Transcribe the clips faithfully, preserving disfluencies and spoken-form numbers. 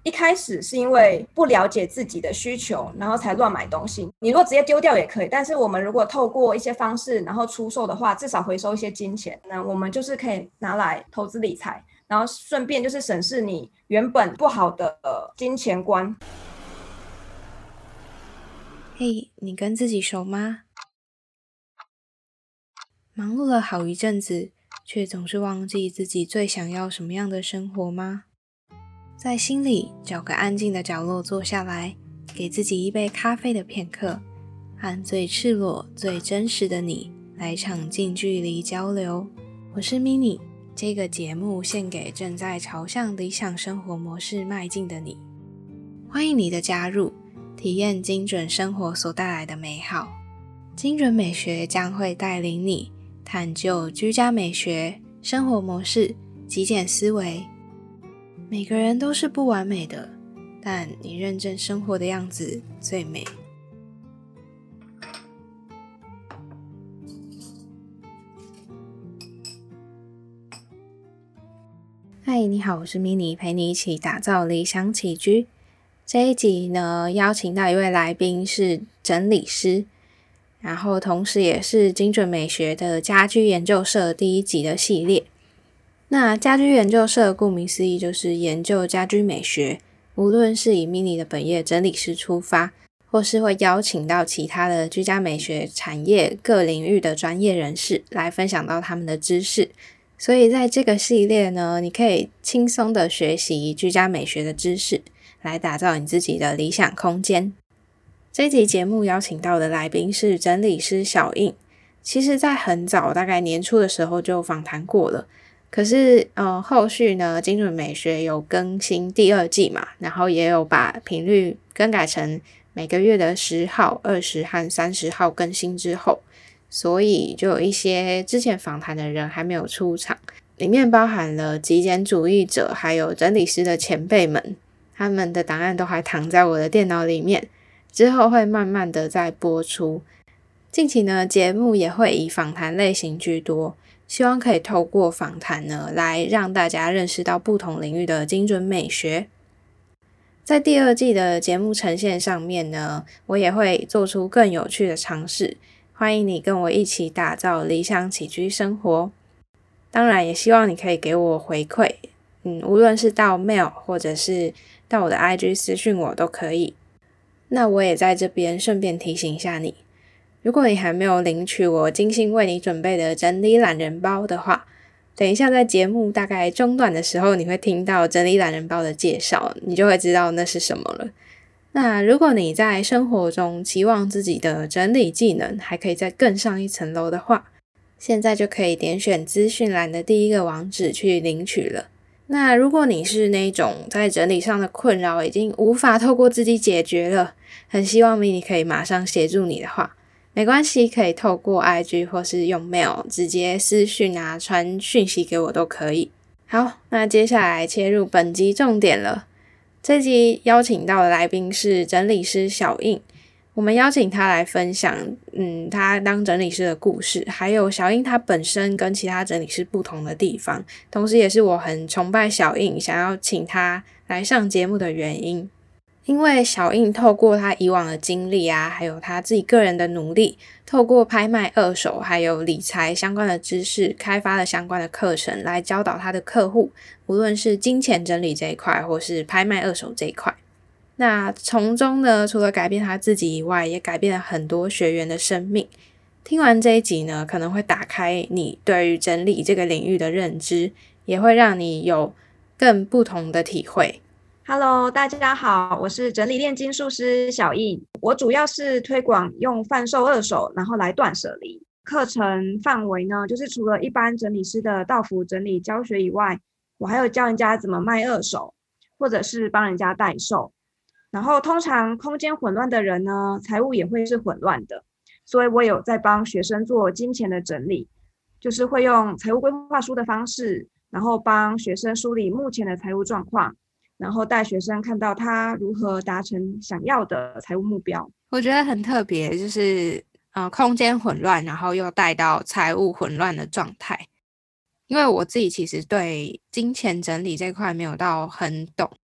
一开始是因为不了解自己的需求，然后才乱买东西。你如果直接丢掉也可以，但是我们如果透过一些方式然后出售的话，至少回收一些金钱，那我们就是可以拿来投资理财，然后顺便就是审视你原本不好的金钱观。 嘿，你跟自己熟吗？忙碌了好一阵子，却总是忘记自己最想要什么样的生活吗？在心里找个安静的角落坐下来，给自己一杯咖啡的片刻，和最赤裸、最真实的你来一场近距离交流。我是 Mini， 这个节目献给正在朝向理想生活模式迈进的你。欢迎你的加入，体验精准生活所带来的美好。精准美学将会带领你探究居家美学、生活模式、极简思维。每个人都是不完美的，但你认真生活的样子最美。嗨，你好，我是 Mini， 陪你一起打造理想起居。这一集呢，邀请到一位来宾是整理师，然后同时也是精准美学的家居研究社第一集的系列。那家居研究社顾名思义就是研究家居美学，无论是以 Mini 的本业整理师出发，或是会邀请到其他的居家美学产业各领域的专业人士来分享到他们的知识。所以在这个系列呢，你可以轻松的学习居家美学的知识，来打造你自己的理想空间。这集节目邀请到的来宾是整理师小印，其实在很早大概年初的时候就访谈过了，可是呃，后续呢精准美学有更新第二季嘛，然后也有把频率更改成每个月的十号、二十和三十号更新之后，所以就有一些之前访谈的人还没有出场，里面包含了极简主义者还有整理师的前辈们，他们的档案都还躺在我的电脑里面，之后会慢慢的再播出。近期呢，节目也会以访谈类型居多，希望可以透过访谈呢，来让大家认识到不同领域的精准美学。在第二季的节目呈现上面呢，我也会做出更有趣的尝试，欢迎你跟我一起打造理想起居生活。当然也希望你可以给我回馈，嗯，无论是到 mail 或者是到我的 I G 私讯我都可以。那我也在这边顺便提醒一下你，如果你还没有领取我精心为你准备的整理懒人包的话，等一下在节目大概中段的时候，你会听到整理懒人包的介绍，你就会知道那是什么了。那如果你在生活中期望自己的整理技能还可以再更上一层楼的话，现在就可以点选资讯栏的第一个网址去领取了。那如果你是那种在整理上的困扰已经无法透过自己解决了，很希望 Mini 可以马上协助你的话，没关系，可以透过 I G 或是用 mail 直接私讯啊，传讯息给我都可以。好，那接下来切入本集重点了。这集邀请到的来宾是整理师小印，我们邀请他来分享嗯，他当整理师的故事，还有小印他本身跟其他整理师不同的地方，同时也是我很崇拜小印想要请他来上节目的原因。因为小印透过他以往的经历啊，还有他自己个人的努力，透过拍卖二手还有理财相关的知识，开发了相关的课程来教导他的客户，无论是金钱整理这一块或是拍卖二手这一块。那从中呢，除了改变他自己以外，也改变了很多学员的生命。听完这一集呢，可能会打开你对于整理这个领域的认知，也会让你有更不同的体会。 Hello， 大家好，我是整理炼金术师小印。我主要是推广用贩售二手，然后来断舍离。课程范围呢，就是除了一般整理师的到府整理教学以外，我还有教人家怎么卖二手，或者是帮人家代售。然后通常空间混乱的人呢，财务也会是混乱的，所以我有在帮学生做金钱的整理，就是会用财务规划书的方式，然后帮学生梳理目前的财务状况，然后带学生看到他如何达成想要的财务目标。 我觉得很特别，就是呃，空间混乱，然后又带到财务混乱的状态。因为我自己其实对金钱整理这块没有到很懂，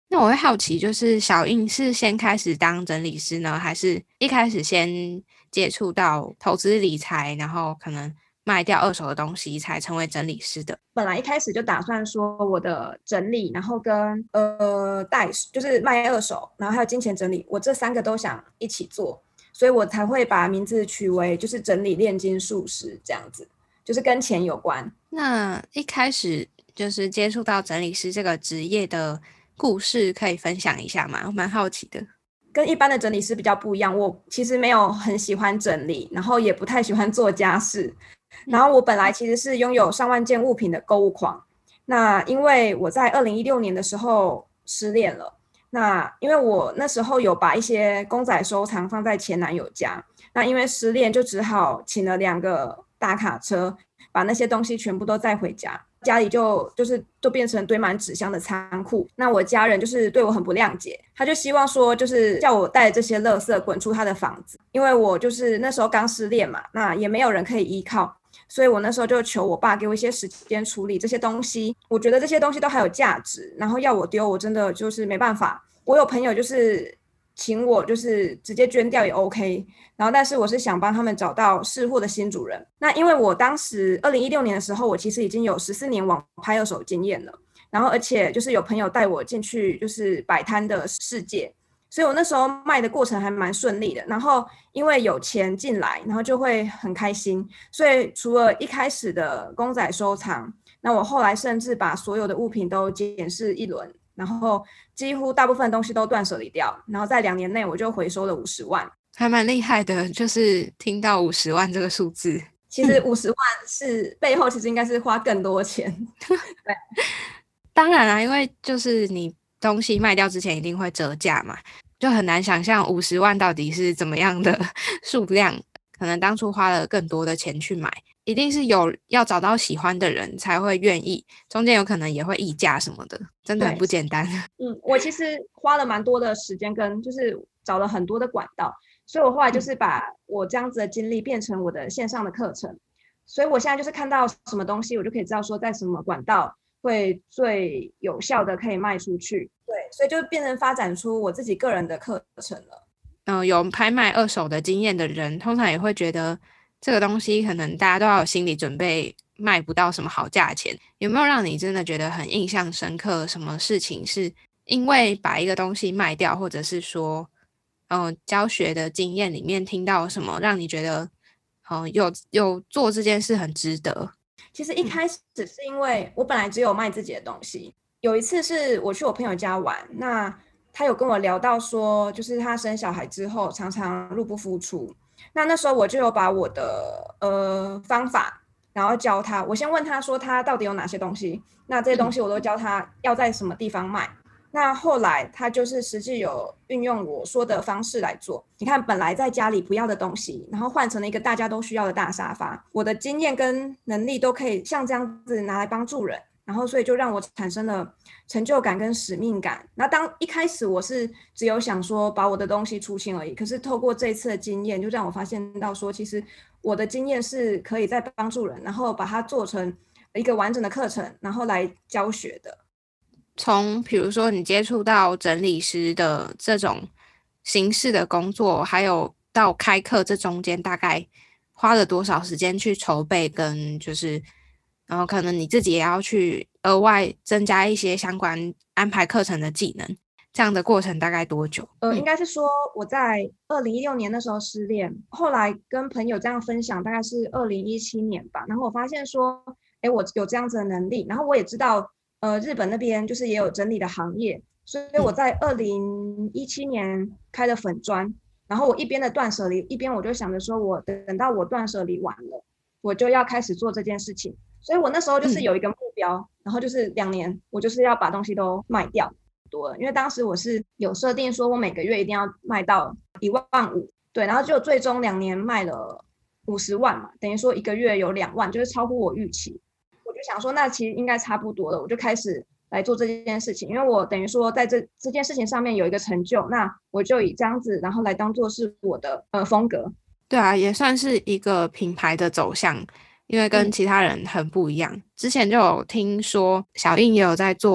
那我会好奇，就是小印是先开始当整理师呢，还是一开始先接触到投资理财，然后可能卖掉二手的东西才成为整理师的？ 本来一开始就打算说我的整理，然后跟呃代就是卖二手，然后还有金钱整理，我这三个都想一起做，所以我才会把名字取为就是整理炼金术师这样子，就是跟钱有关。 那一开始就是接触到整理师这个职业的故事，可以分享一下吗？我蛮好奇的。 跟一般的整理师比较不一样，我其实没有很喜欢整理，然后也不太喜欢做家事。然后我本来其实是拥有上万件物品的购物狂，那因为我在二零一六年的时候失恋了，那因为我那时候有把一些公仔收藏放在前男友家，那因为失恋就只好请了两个大卡车，把那些东西全部都载回家。家里就就是就变成堆满纸箱的仓库。那我家人就是对我很不谅解，他就希望说就是叫我带这些垃圾滚出他的房子，因为我就是那时候刚失恋嘛，那也没有人可以依靠，所以我那时候就求我爸给我一些时间处理这些东西。我觉得这些东西都还有价值，然后要我丢，我真的就是没办法。我有朋友就是请我就是直接捐掉也 OK， 然后但是我是想帮他们找到适货的新主人。那因为我当时二零一六年的时候，我其实已经有十四年网拍二手经验了，然后而且就是有朋友带我进去就是摆摊的世界，所以我那时候卖的过程还蛮顺利的。然后因为有钱进来，然后就会很开心，所以除了一开始的公仔收藏，那我后来甚至把所有的物品都检视一轮，然后几乎大部分东西都断舍离掉，然后在两年内我就回收了五十万， 还蛮厉害的，就是听到五十万这个数字。 其实五十万是背后其实应该是花更多钱。对， 当然啦，因为就是你东西卖掉之前一定会折价嘛，就很难想象五十万到底是怎么样的数量。可能当初花了更多的钱去买，一定是有要找到喜欢的人才会愿意，中间有可能也会议价什么的，真的很不简单。 嗯，我其实花了蛮多的时间跟就是找了很多的管道，所以我后来就是把我这样子的经历变成我的线上的课程，所以我现在就是看到什么东西我就可以知道说在什么管道会最有效的可以卖出去。对，所以就变成发展出我自己个人的课程了。 嗯，有拍卖二手的经验的人，通常也会觉得这个东西可能大家都要有心理准备，卖不到什么好价钱。有没有让你真的觉得很印象深刻？什么事情是因为把一个东西卖掉，或者是说，嗯、呃，教学的经验里面听到什么，让你觉得，嗯、呃，有有做这件事很值得？ 其实一开始是因为我本来只有卖自己的东西，有一次是我去我朋友家玩，那他有跟我聊到说，就是他生小孩之后常常入不敷出。那那时候我就有把我的呃方法，然后教他。我先问他说他到底有哪些东西，那这些东西我都教他要在什么地方卖。那后来他就是实际有运用我说的方式来做。你看，本来在家里不要的东西，然后换成了一个大家都需要的大沙发。我的经验跟能力都可以像这样子拿来帮助人。然后所以就让我产生了成就感跟使命感。那当一开始我是只有想说把我的东西出清而已，可是透过这一次的经验，就让我发现到说，其实我的经验是可以在帮助人，然后把它做成一个完整的课程，然后来教学的。 从比如说你接触到整理师的这种形式的工作，还有到开课，这中间大概花了多少时间去筹备，跟就是然后可能你自己也要去额外增加一些相关安排课程的技能，这样的过程大概多久？ 呃，应该是说我在二零一六年那时候失恋，后来跟朋友这样分享，大概是二零一七年吧。然后我发现说，哎，我有这样子的能力，然后我也知道，呃，日本那边就是也有整理的行业，所以我在二零一七年开了粉专，然后我一边的断舍离，一边我就想着说，我等到我断舍离完了，我就要开始做这件事情。所以我那时候就是有一个目标，嗯、然后就是两年，我就是要把东西都卖掉多了，因为当时我是有设定说我每个月一定要卖到一万五，对，然后就最终两年卖了五十万嘛，等于说一个月有两万，就是超乎我预期。我就想说，那其实应该差不多了，我就开始来做这件事情，因为我等于说在这这件事情上面有一个成就，那我就以这样子，然后来当做是我的呃风格。 对啊，也算是一个品牌的走向。因为跟其他人很不一样、嗯、之前就有听说小印也有在做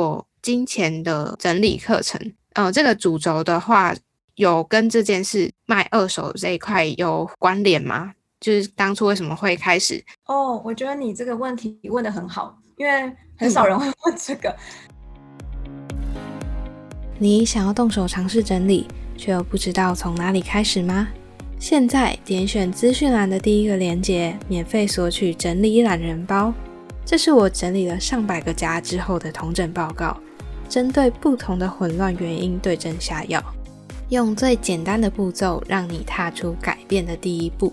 金钱的整理课程，呃，这个主轴的话，有跟这件事卖二手这一块有关联吗？就是当初为什么会开始？ 哦，我觉得你这个问题问得很好，因为很少人会问这个。 嗯、你想要动手尝试整理，却又不知道从哪里开始吗？现在点选资讯栏的第一个连结，免费索取整理懒人包。这是我整理了上百个家之后的统整报告，针对不同的混乱原因对症下药，用最简单的步骤让你踏出改变的第一步。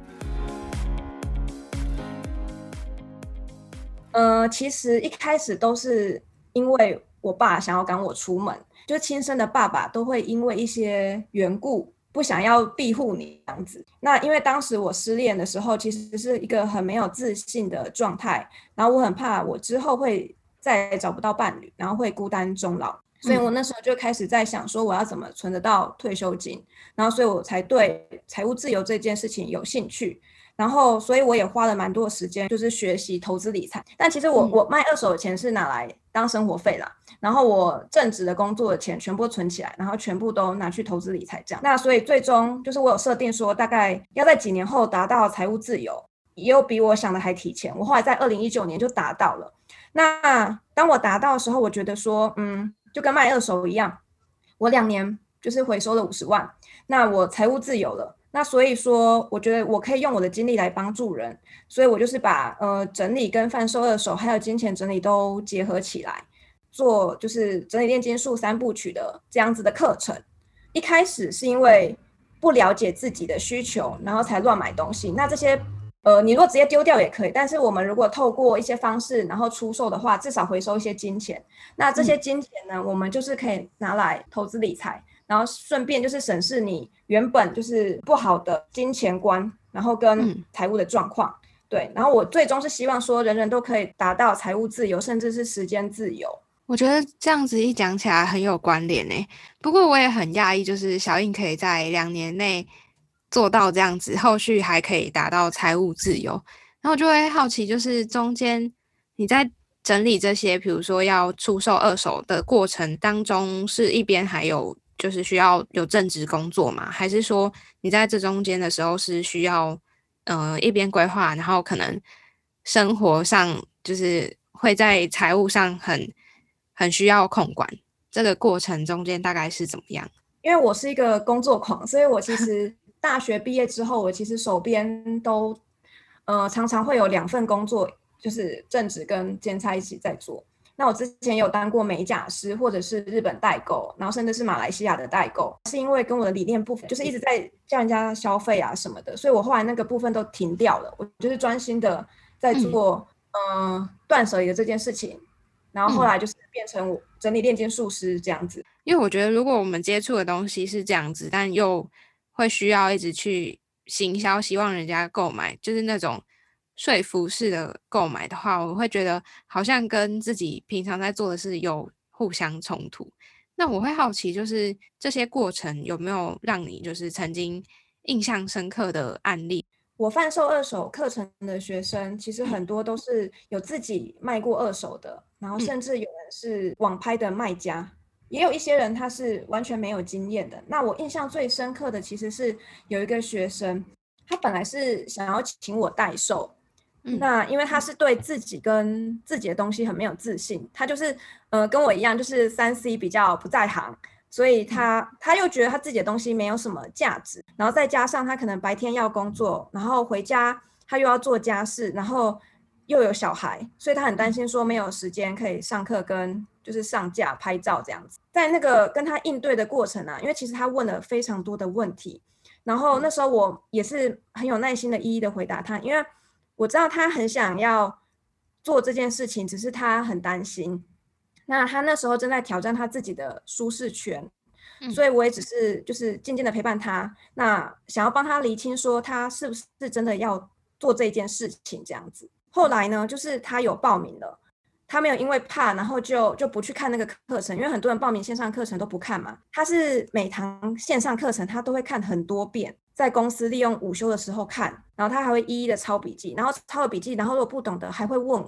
呃，其实一开始都是因为我爸想要赶我出门，就亲生的爸爸都会因为一些缘故不想要庇护你这样子。那因为当时我失恋的时候，其实是一个很没有自信的状态，然后我很怕我之后会再也找不到伴侣，然后会孤单终老，所以我那时候就开始在想说我要怎么存得到退休金，然后所以我才对财务自由这件事情有兴趣。然后，所以我也花了蛮多的时间，就是学习投资理财。但其实我、嗯、我卖二手的钱是拿来当生活费啦，然后我正职的工作的钱全部存起来，然后全部都拿去投资理财这样。那所以最终就是我有设定说，大概要在几年后达到财务自由，也有比我想的还提前。我后来在二零一九年就达到了。那当我达到的时候，我觉得说，嗯，就跟卖二手一样，我两年就是回收了五十万，那我财务自由了。那所以说，我觉得我可以用我的精力来帮助人，所以我就是把呃整理跟贩售二手还有金钱整理都结合起来，做就是整理炼金术三部曲的这样子的课程。一开始是因为不了解自己的需求，然后才乱买东西。那这些呃你如果直接丢掉也可以，但是我们如果透过一些方式然后出售的话，至少回收一些金钱。那这些金钱呢，嗯、我们就是可以拿来投资理财。然后顺便就是审视你原本就是不好的金钱观，然后跟财务的状况、嗯、对，然后我最终是希望说人人都可以达到财务自由，甚至是时间自由。 我觉得这样子一讲起来很有关联耶，不过我也很讶异，就是小印可以在两年内做到这样子，后续还可以达到财务自由，然后我就会好奇，就是中间你在整理这些比如说要出售二手的过程当中，是一边还有就是需要有正职工作吗？还是说你在这中间的时候是需要呃一边规划，然后可能生活上就是会在财务上很很需要控管，这个过程中间大概是怎么样？ 因为我是一个工作狂，所以我其实大学毕业之后，我其实手边都呃常常会有两份工作，就是正职跟兼差一起在做。那我之前有当过美甲师，或者是日本代购，然后甚至是马来西亚的代购，是因为跟我的理念不符，就是一直在叫人家消费啊什么的，所以我后来那个部分都停掉了，我就是专心的在做嗯、呃、断舍离的这件事情，然后后来就是变成我整理炼金术师这样子。 因为我觉得如果我们接触的东西是这样子，但又会需要一直去行销，希望人家购买，就是那种说服式的购买的话，我会觉得好像跟自己平常在做的事有互相冲突。那我会好奇，就是这些过程有没有让你就是曾经印象深刻的案例？ 我贩售二手课程的学生，其实很多都是有自己卖过二手的，然后甚至有人是网拍的卖家，也有一些人他是完全没有经验的。那我印象最深刻的其实是有一个学生，他本来是想要请我代售，嗯、那因为他是对自己跟自己的东西很没有自信，他就是呃跟我一样，就是三 C 比较不在行。所以他他又觉得他自己的东西没有什么价值，然后再加上他可能白天要工作，然后回家他又要做家事，然后又有小孩，所以他很担心说没有时间可以上课跟就是上架拍照这样子。在那个跟他应对的过程啊，因为其实他问了非常多的问题，然后那时候我也是很有耐心的一一的回答他，因为我知道他很想要做这件事情，只是他很担心。那他那时候正在挑战他自己的舒适圈，嗯、所以我也只是就是静静的陪伴他，那想要帮他厘清说他是不是真的要做这件事情这样子。后来呢，就是他有报名了，他没有因为怕然后就就不去看那个课程，因为很多人报名线上课程都不看嘛，他是每堂线上课程他都会看很多遍，在公司利用午休的时候看，然后他还会一一的抄笔记，然后抄了笔记，然后如果不懂的还会问我。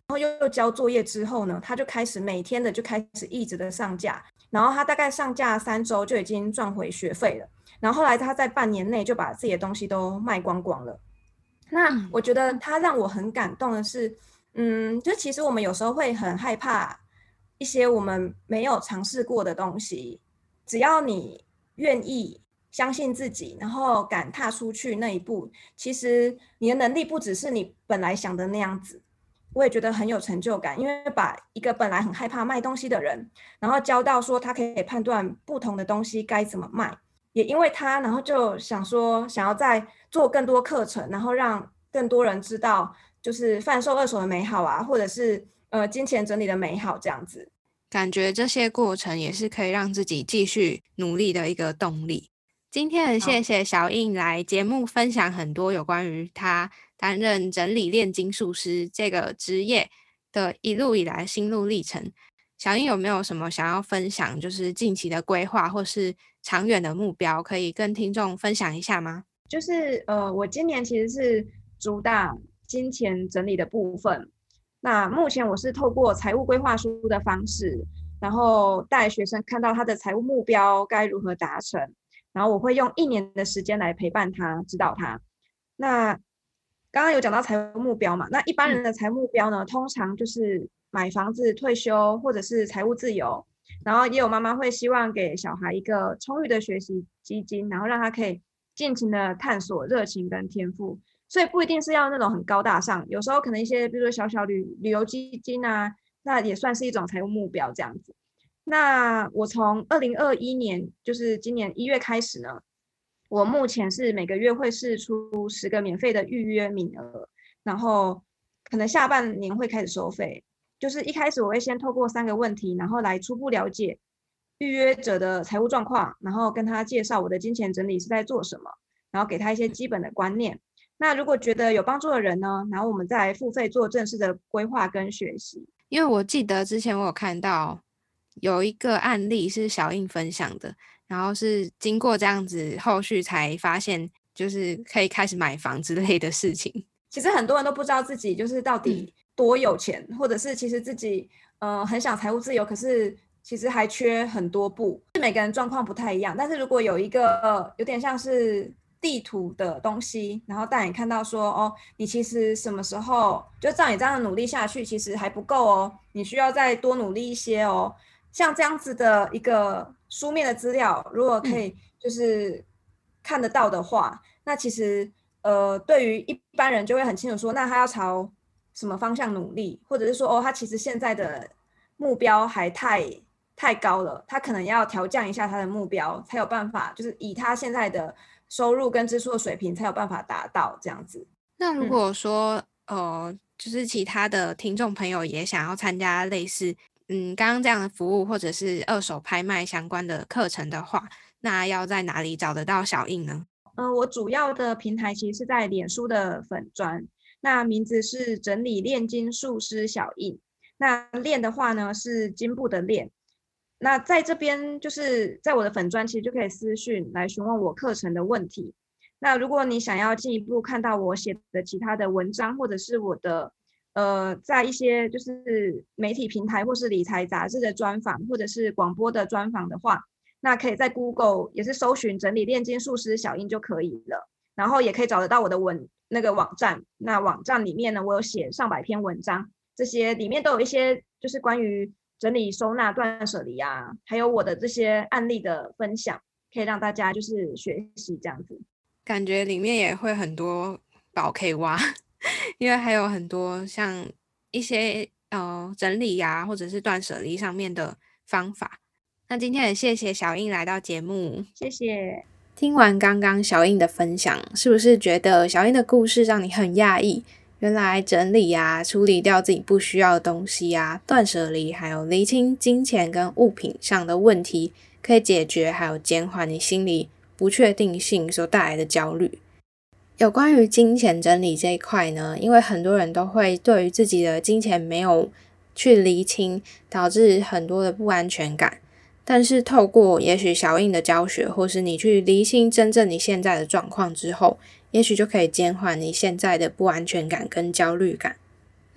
后又又交作业之后呢，他就开始每天的就开始一直的上架，然后他大概上架三周就已经赚回学费了，然后后来他在半年内就把自己的东西都卖光光了。那我觉得他让我很感动的是，嗯，就其实我们有时候会很害怕一些我们没有尝试过的东西，只要你愿意相信自己，然后敢踏出去那一步，其实你的能力不只是你本来想的那样子。我也觉得很有成就感，因为把一个本来很害怕卖东西的人，然后教到说他可以判断不同的东西该怎么卖，也因为他，然后就想说想要再做更多课程，然后让更多人知道就是贩售二手的美好啊，或者是呃金钱整理的美好这样子。 感觉这些过程也是可以让自己继续努力的一个动力。今天很谢谢小印来节目分享很多有关于他担任整理炼金术师这个职业的一路以来心路历程。小印有没有什么想要分享，就是近期的规划或是长远的目标，可以跟听众分享一下吗？ 就是呃，我今年其实是主打金钱整理的部分。那目前我是透过财务规划书的方式，然后带学生看到他的财务目标该如何达成，然后我会用一年的时间来陪伴他，指导他。那刚刚有讲到财务目标嘛，那一般人的财务目标呢，通常就是买房子、退休或者是财务自由，然后也有妈妈会希望给小孩一个充裕的学习基金，然后让他可以尽情的探索热情跟天赋。所以不一定是要那种很高大上，有时候可能一些比如说小小旅旅游基金啊，那也算是一种财务目标这样子。那我从二零二一年，就是今年一月开始呢，我目前是每个月会释出十个免费的预约名额，然后可能下半年会开始收费。就是一开始我会先透过三个问题，然后来初步了解预约者的财务状况，然后跟他介绍我的金钱整理是在做什么，然后给他一些基本的观念。那如果觉得有帮助的人呢，然后我们再付费做正式的规划跟学习。 因为我记得之前我有看到有一个案例是小印分享的，然后是经过这样子后续才发现就是可以开始买房之类的事情。 其实很多人都不知道自己就是到底多有钱、嗯、或者是其实自己呃很想财务自由，可是其实还缺很多步，每个人状况不太一样。但是如果有一个、呃、有点像是地图的东西，然后带你看到说哦，你其实什么时候就照你这样努力下去其实还不够哦，你需要再多努力一些哦。像这样子的一个书面的资料，如果可以就是看得到的话、嗯、那其实呃对于一般人就会很清楚说，那他要朝什么方向努力，或者是说哦，他其实现在的目标还太太高了，他可能要调降一下他的目标，才有办法就是以他现在的收入跟支出的水平才有办法达到这样子。 那如果说、嗯、呃，就是其他的听众朋友也想要参加类似嗯刚刚这样的服务，或者是二手拍卖相关的课程的话，那要在哪里找得到小印呢？ 呃，我主要的平台其实是在脸书的粉专，那名字是整理炼金术师小印。那炼的话呢是金部的炼。那在这边就是在我的粉专其实就可以私讯来询问我课程的问题。那如果你想要进一步看到我写的其他的文章，或者是我的呃在一些就是媒体平台或是理财杂志的专访，或者是广播的专访的话，那可以在 Google 也是搜寻整理炼金术师小印就可以了，然后也可以找得到我的文那个网站。那网站里面呢，我有写上百篇文章，这些里面都有一些就是关于整理收纳断舍离啊，还有我的这些案例的分享，可以让大家就是学习这样子。 感觉里面也会很多宝可以挖，因为还有很多像一些呃整理啊，或者是断舍离上面的方法。那今天很谢谢小印来到节目。 谢谢。 听完刚刚小印的分享，是不是觉得小印的故事让你很讶异？原来整理啊，处理掉自己不需要的东西啊，断舍离，还有厘清金钱跟物品上的问题，可以解决还有减缓你心里不确定性所带来的焦虑。有关于金钱整理这一块呢，因为很多人都会对于自己的金钱没有去厘清，导致很多的不安全感。但是透过也许小印的教学，或是你去厘清真正你现在的状况之后，也许就可以减缓你现在的不安全感跟焦虑感。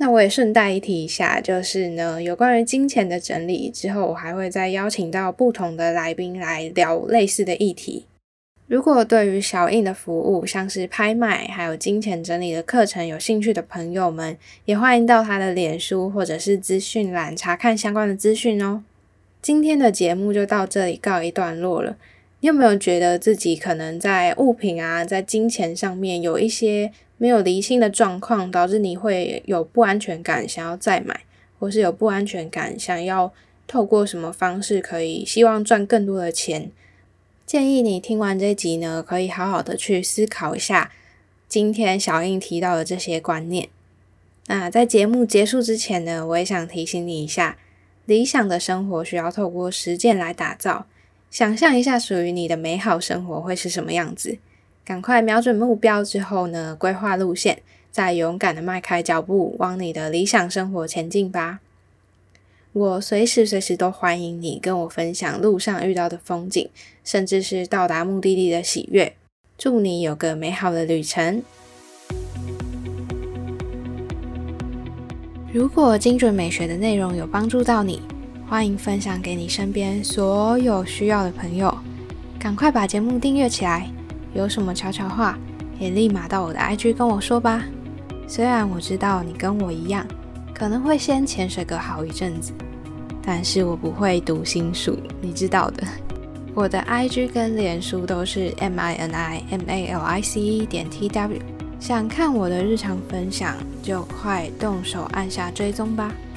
那我也顺带一提一下，就是呢，有关于金钱的整理之后，我还会再邀请到不同的来宾来聊类似的议题。如果对于小印的服务，像是拍卖还有金钱整理的课程有兴趣的朋友们，也欢迎到他的脸书或者是资讯栏查看相关的资讯哦。今天的节目就到这里告一段落了。你有没有觉得自己可能在物品啊，在金钱上面有一些没有厘清的状况，导致你会有不安全感，想要再买，或是有不安全感，想要透过什么方式可以希望赚更多的钱？建议你听完这集呢，可以好好的去思考一下今天小印提到的这些观念。那在节目结束之前呢，我也想提醒你一下，理想的生活需要透过实践来打造。想象一下属于你的美好生活会是什么样子，赶快瞄准目标之后呢，规划路线，再勇敢的迈开脚步往你的理想生活前进吧。我随时随时都欢迎你跟我分享路上遇到的风景，甚至是到达目的地的喜悦。祝你有个美好的旅程。如果精准美学的内容有帮助到你，欢迎分享给你身边所有需要的朋友，赶快把节目订阅起来，有什么悄悄话也立马到我的 I G 跟我说吧。虽然我知道你跟我一样，可能会先潜水个好一阵子，但是我不会读心术，你知道的。我的 I G 跟脸书都是 M I N I M A L I C E 点 T W， 想看我的日常分享就快动手按下追踪吧。